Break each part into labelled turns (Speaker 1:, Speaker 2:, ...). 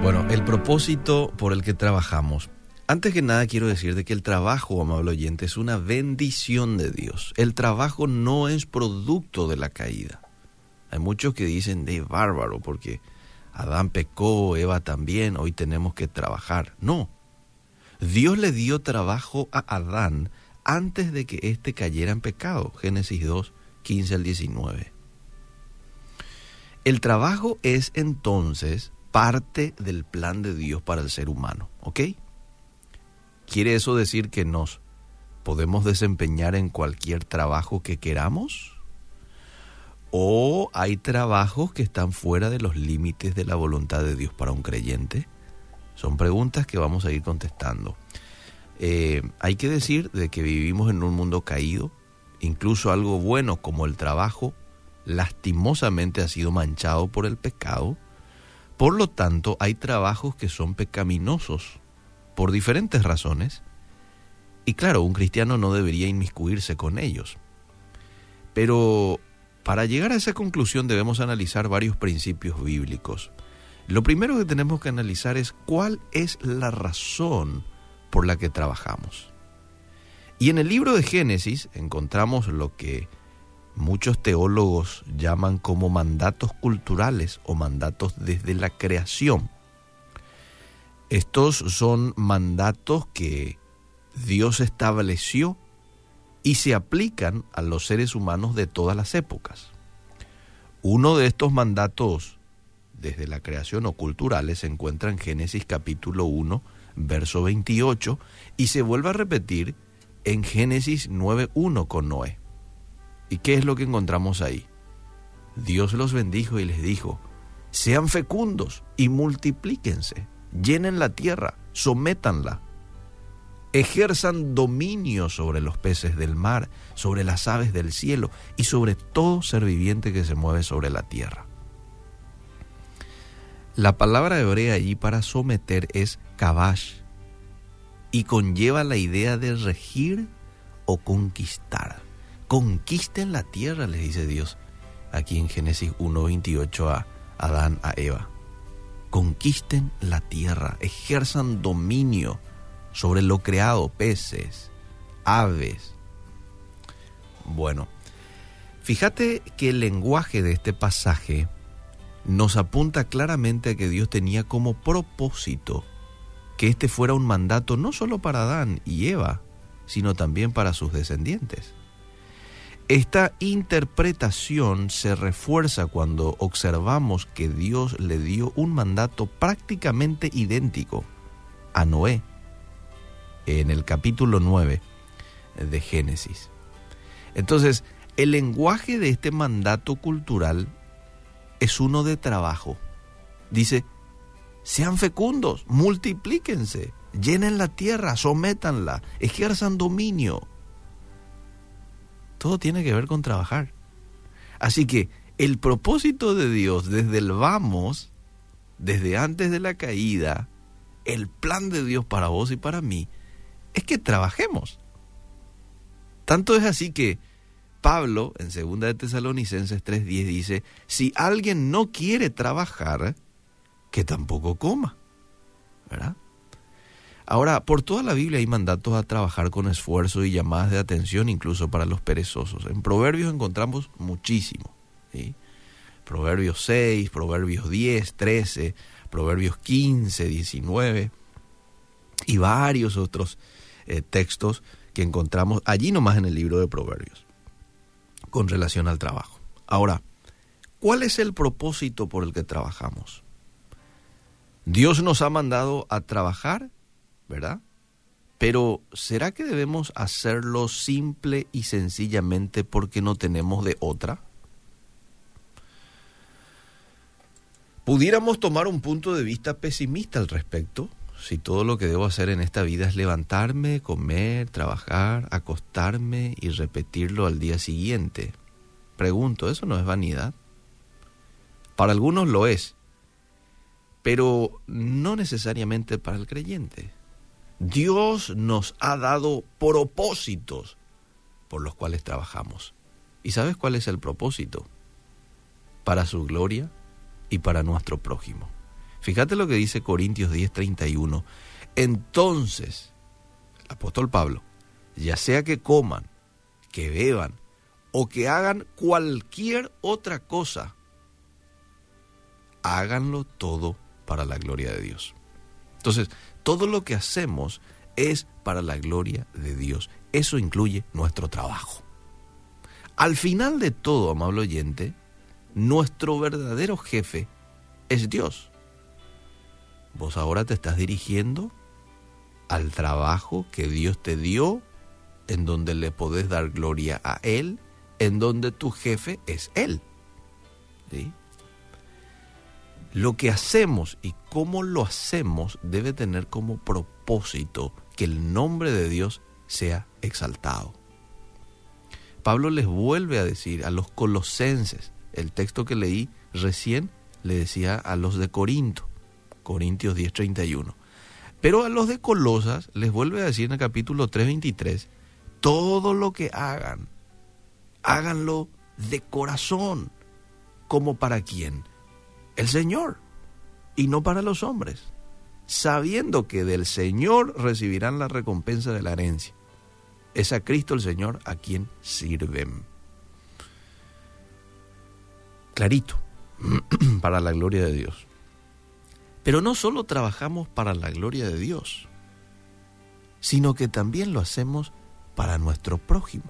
Speaker 1: Bueno, el propósito por el que trabajamos. Antes que nada quiero decir de que el trabajo, amable oyente, es una bendición de Dios. El trabajo no es producto de la caída. Hay muchos que dicen de bárbaro porque Adán pecó, Eva también, hoy tenemos que trabajar. No, Dios le dio trabajo a Adán antes de que éste cayera en pecado. Génesis 2, 15 al 19. El trabajo es entonces parte del plan de Dios para el ser humano, ¿ok? ¿Quiere eso decir que nos podemos desempeñar en cualquier trabajo que queramos? ¿O hay trabajos que están fuera de los límites de la voluntad de Dios para un creyente? Son preguntas que vamos a ir contestando. Hay que decir de que vivimos en un mundo caído. Incluso algo bueno como el trabajo lastimosamente ha sido manchado por el pecado. Por lo tanto, hay trabajos que son pecaminosos por diferentes razones. Y claro, un cristiano no debería inmiscuirse con ellos. Pero para llegar a esa conclusión debemos analizar varios principios bíblicos. Lo primero que tenemos que analizar es cuál es la razón por la que trabajamos. Y en el libro de Génesis encontramos lo que muchos teólogos llaman como mandatos culturales o mandatos desde la creación. Estos son mandatos que Dios estableció y se aplican a los seres humanos de todas las épocas. Uno de estos mandatos desde la creación o culturales se encuentra en Génesis capítulo 1, verso 28, y se vuelve a repetir en Génesis 9:1 con Noé. ¿Y qué es lo que encontramos ahí? Dios los bendijo y les dijo: sean fecundos y multiplíquense, llenen la tierra, sométanla, ejerzan dominio sobre los peces del mar, sobre las aves del cielo y sobre todo ser viviente que se mueve sobre la tierra. La palabra hebrea allí para someter es kabash y conlleva la idea de regir o conquistar. Conquisten la tierra, les dice Dios aquí en Génesis 1:28 a Adán, a Eva. Conquisten la tierra, ejerzan dominio sobre lo creado, peces, aves. Bueno, fíjate que el lenguaje de este pasaje nos apunta claramente a que Dios tenía como propósito que este fuera un mandato no solo para Adán y Eva, sino también para sus descendientes. Esta interpretación se refuerza cuando observamos que Dios le dio un mandato prácticamente idéntico a Noé en el capítulo 9 de Génesis. Entonces, el lenguaje de este mandato cultural es uno de trabajo. Dice: sean fecundos, multiplíquense, llenen la tierra, sométanla, ejerzan dominio. Todo tiene que ver con trabajar. Así que el propósito de Dios desde el vamos, desde antes de la caída, el plan de Dios para vos y para mí, es que trabajemos. Tanto es así que Pablo, en 2 de Tesalonicenses 3:10, dice: si alguien no quiere trabajar, que tampoco coma. ¿Verdad? Ahora, por toda la Biblia hay mandatos a trabajar con esfuerzo y llamadas de atención incluso para los perezosos. En Proverbios encontramos muchísimo, ¿sí? Proverbios 6, Proverbios 10, 13, Proverbios 15, 19 y varios otros textos que encontramos allí nomás en el libro de Proverbios con relación al trabajo. Ahora, ¿cuál es el propósito por el que trabajamos? Dios nos ha mandado a trabajar, ¿verdad? Pero ¿será que debemos hacerlo simple y sencillamente porque no tenemos de otra? Pudiéramos tomar un punto de vista pesimista al respecto, si todo lo que debo hacer en esta vida es levantarme, comer, trabajar, acostarme y repetirlo al día siguiente. Pregunto, ¿eso no es vanidad? Para algunos lo es, pero no necesariamente para el creyente. Dios nos ha dado propósitos por los cuales trabajamos. ¿Y sabes cuál es el propósito? Para su gloria y para nuestro prójimo. Fíjate lo que dice Corintios 10:31. Entonces, el apóstol Pablo, ya sea que coman, que beban o que hagan cualquier otra cosa, háganlo todo para la gloria de Dios. Entonces, todo lo que hacemos es para la gloria de Dios. Eso incluye nuestro trabajo. Al final de todo, amable oyente, nuestro verdadero jefe es Dios. Vos ahora te estás dirigiendo al trabajo que Dios te dio, en donde le podés dar gloria a Él, en donde tu jefe es Él. ¿Sí? Lo que hacemos y cómo lo hacemos debe tener como propósito que el nombre de Dios sea exaltado. Pablo les vuelve a decir a los colosenses, el texto que leí recién le decía a los de Corinto, Corintios 10:31. Pero a los de Colosas les vuelve a decir en el capítulo 3:23, todo lo que hagan, háganlo de corazón. ¿Como para quién? El Señor, y no para los hombres, sabiendo que del Señor recibirán la recompensa de la herencia. Es a Cristo el Señor a quien sirven. Clarito, para la gloria de Dios. Pero no solo trabajamos para la gloria de Dios, sino que también lo hacemos para nuestro prójimo.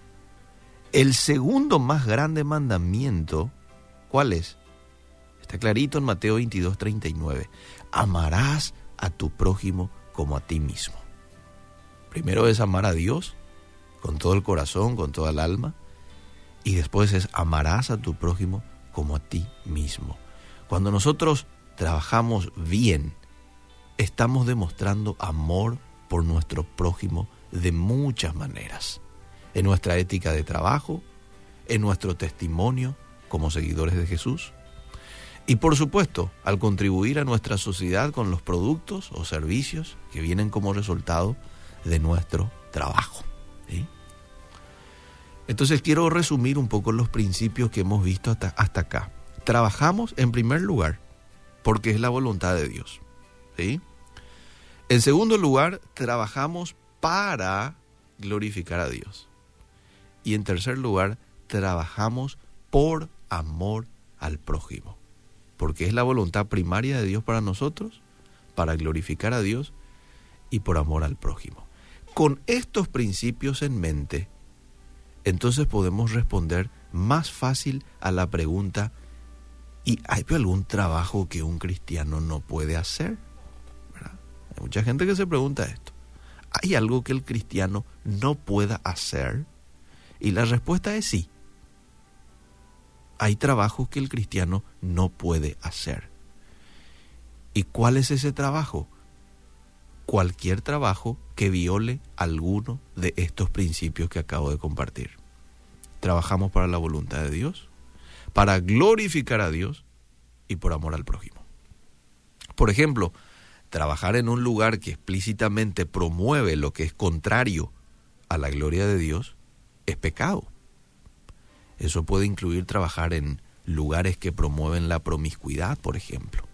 Speaker 1: El segundo más grande mandamiento, ¿cuál es? Está clarito en Mateo 22:39. Amarás a tu prójimo como a ti mismo. Primero es amar a Dios con todo el corazón, con toda el alma, y después es amarás a tu prójimo como a ti mismo. Cuando nosotros trabajamos bien, estamos demostrando amor por nuestro prójimo de muchas maneras. En nuestra ética de trabajo, en nuestro testimonio como seguidores de Jesús, y por supuesto, al contribuir a nuestra sociedad con los productos o servicios que vienen como resultado de nuestro trabajo. ¿Sí? Entonces quiero resumir un poco los principios que hemos visto hasta acá. Trabajamos en primer lugar porque es la voluntad de Dios. ¿Sí? En segundo lugar, trabajamos para glorificar a Dios. Y en tercer lugar, trabajamos por amor al prójimo. Porque es la voluntad primaria de Dios para nosotros, para glorificar a Dios y por amor al prójimo. Con estos principios en mente, entonces podemos responder más fácil a la pregunta, ¿y hay algún trabajo que un cristiano no puede hacer? ¿Verdad? Hay mucha gente que se pregunta esto. ¿Hay algo que el cristiano no pueda hacer? Y la respuesta es sí. Hay trabajos que el cristiano no puede hacer. ¿Y cuál es ese trabajo? Cualquier trabajo que viole alguno de estos principios que acabo de compartir. Trabajamos para la voluntad de Dios, para glorificar a Dios y por amor al prójimo. Por ejemplo, trabajar en un lugar que explícitamente promueve lo que es contrario a la gloria de Dios es pecado. Eso puede incluir trabajar en lugares que promueven la promiscuidad, por ejemplo.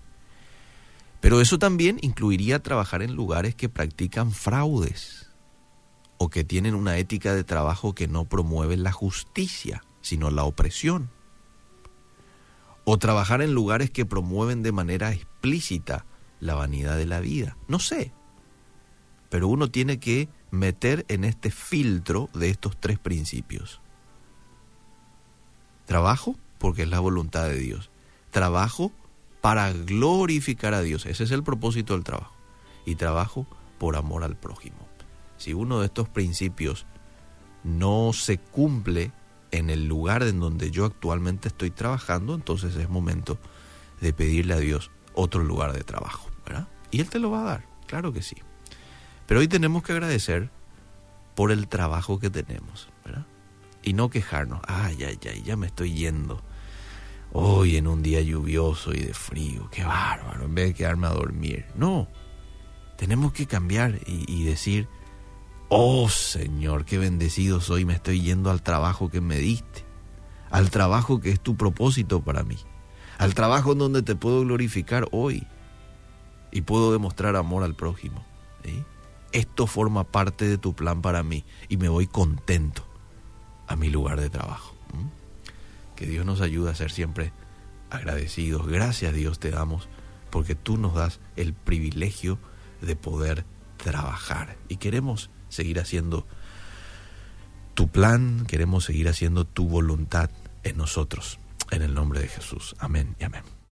Speaker 1: Pero eso también incluiría trabajar en lugares que practican fraudes o que tienen una ética de trabajo que no promueve la justicia, sino la opresión. O trabajar en lugares que promueven de manera explícita la vanidad de la vida. No sé, pero uno tiene que meter en este filtro de estos tres principios. Trabajo porque es la voluntad de Dios. Trabajo para glorificar a Dios. Ese es el propósito del trabajo. Y trabajo por amor al prójimo. Si uno de estos principios no se cumple en el lugar en donde yo actualmente estoy trabajando, entonces es momento de pedirle a Dios otro lugar de trabajo, ¿verdad? Y Él te lo va a dar, claro que sí. Pero hoy tenemos que agradecer por el trabajo que tenemos, ¿verdad? Y no quejarnos, ya me estoy yendo hoy en un día lluvioso y de frío, qué bárbaro, en vez de quedarme a dormir. No, tenemos que cambiar y decir, oh Señor, qué bendecido soy, me estoy yendo al trabajo que me diste, al trabajo que es tu propósito para mí, al trabajo en donde te puedo glorificar hoy y puedo demostrar amor al prójimo, ¿sí? Esto forma parte de tu plan para mí y me voy contento a mi lugar de trabajo. Que Dios nos ayude a ser siempre agradecidos. Gracias, Dios, te damos porque tú nos das el privilegio de poder trabajar y queremos seguir haciendo tu plan, queremos seguir haciendo tu voluntad en nosotros, en el nombre de Jesús. Amén y amén.